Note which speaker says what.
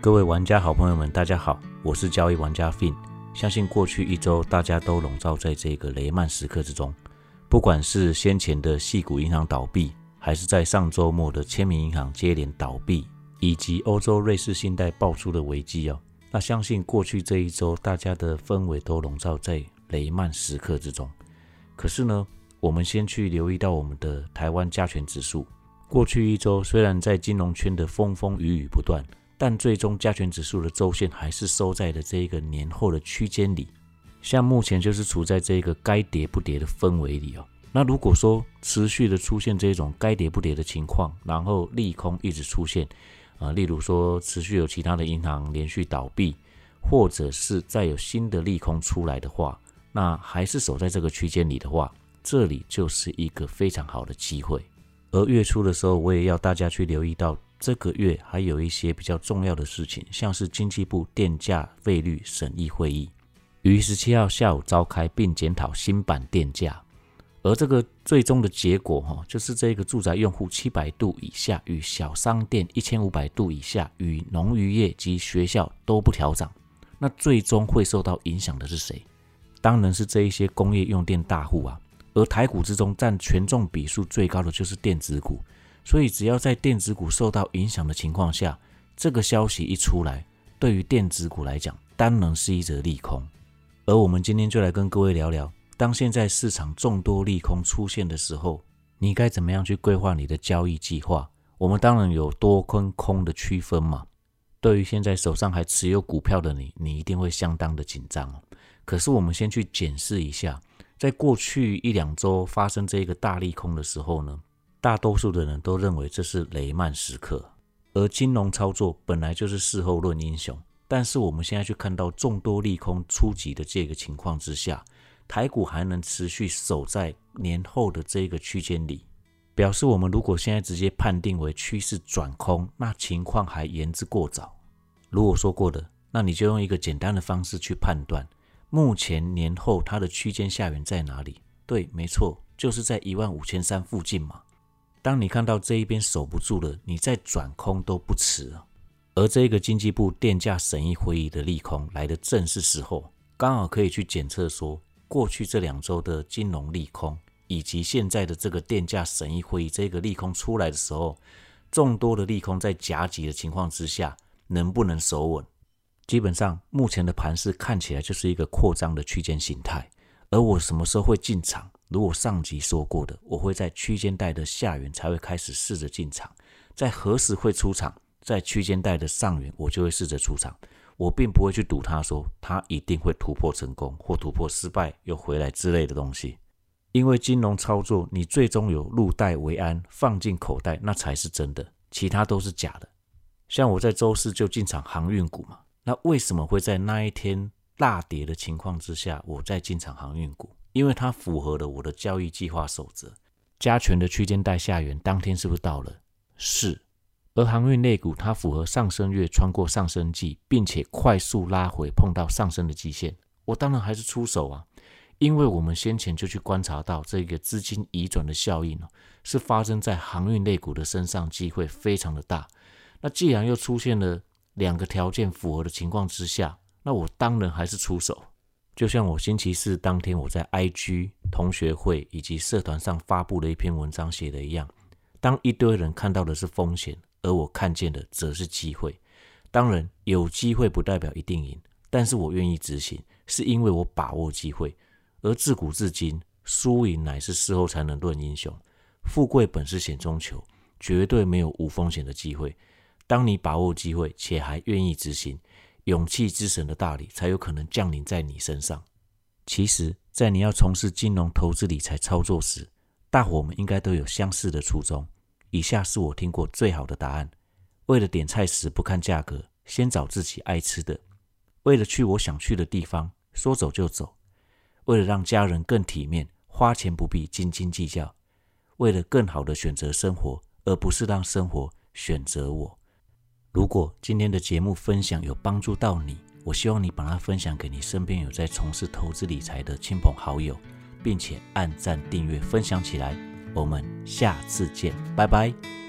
Speaker 1: 各位玩家好朋友们，大家好，我是交易玩家 Fin。相信过去一周大家都笼罩在这个雷曼时刻之中，不管是先前的矽谷银行倒闭，还是在上周末的签名银行接连倒闭，以及欧洲瑞士信贷爆出的危机那相信过去这一周大家的氛围都笼罩在雷曼时刻之中。可是呢，我们先去留意到我们的台湾加权指数，过去一周虽然在金融圈的风风雨雨不断，但最终加权指数的周线还是收在了这个年后的区间里，像目前就是处在这个该跌不跌的氛围里那如果说持续的出现这种该跌不跌的情况，然后利空一直出现例如说持续有其他的银行连续倒闭，或者是再有新的利空出来的话，那还是守在这个区间里的话，这里就是一个非常好的机会。而月初的时候，我也要大家去留意到这个月还有一些比较重要的事情，像是经济部电价费率审议会议于17号下午召开，并检讨新版电价。而这个最终的结果就是这个住宅用户700度以下与小商店1500度以下与农渔业及学校都不调涨。那最终会受到影响的是谁？当然是这一些工业用电大户而台股之中占权重比数最高的就是电子股，所以只要在电子股受到影响的情况下，这个消息一出来，对于电子股来讲当然是一则利空。而我们今天就来跟各位聊聊，当现在市场众多利空出现的时候，你该怎么样去规划你的交易计划。我们当然有多跟空的区分嘛。对于现在手上还持有股票的你一定会相当的紧张可是我们先去检视一下，在过去一两周发生这个大利空的时候呢，大多数的人都认为这是雷曼时刻，而金融操作本来就是事后论英雄。但是我们现在去看到众多利空出击的这个情况之下，台股还能持续守在年后的这个区间里，表示我们如果现在直接判定为趋势转空，那情况还言之过早。如我说过的，那你就用一个简单的方式去判断，目前年后它的区间下缘在哪里？对，没错，就是在15300附近嘛。当你看到这一边守不住了，你再转空都不迟而这个经济部电价审议会议的利空来的正是时候，刚好可以去检测说，过去这2周的金融利空，以及现在的这个电价审议会议这个利空出来的时候，众多的利空在夹击的情况之下，能不能守稳？基本上目前的盘势看起来就是一个扩张的区间形态。而我什么时候会进场？如我上集说过的，我会在区间带的下缘才会开始试着进场。在何时会出场？在区间带的上缘我就会试着出场。我并不会去赌它说它一定会突破成功或突破失败又回来之类的东西。因为金融操作你最终有入袋为安，放进口袋，那才是真的，其他都是假的。像我在周四就进场航运股嘛，那为什么会在那一天大跌的情况之下我再进场航运股？因为它符合了我的交易计划守则。加权的区间带下缘当天是不是到了？是。而航运类股它符合上升月穿过上升季，并且快速拉回碰到上升的季线，我当然还是出手因为我们先前就去观察到这个资金移转的效应是发生在航运类股的身上，机会非常的大。那既然又出现了2个条件符合的情况之下，那我当然还是出手。就像我星期四当天我在 IG 同学会以及社团上发布了一篇文章写的一样，当一堆人看到的是风险，而我看见的则是机会。当然有机会不代表一定赢，但是我愿意执行，是因为我把握机会。而自古至今，输赢乃是事后才能论英雄，富贵本是险中求，绝对没有无风险的机会。当你把握机会且还愿意执行，勇气之神的大礼才有可能降临在你身上。其实在你要从事金融投资理财操作时，大伙们应该都有相似的初衷。以下是我听过最好的答案：为了点菜时不看价格，先找自己爱吃的；为了去我想去的地方，说走就走；为了让家人更体面，花钱不必斤斤计较；为了更好的选择生活，而不是让生活选择我。如果今天的节目分享有帮助到你，我希望你把它分享给你身边有在从事投资理财的亲朋好友，并且按赞订阅分享起来。我们下次见，拜拜。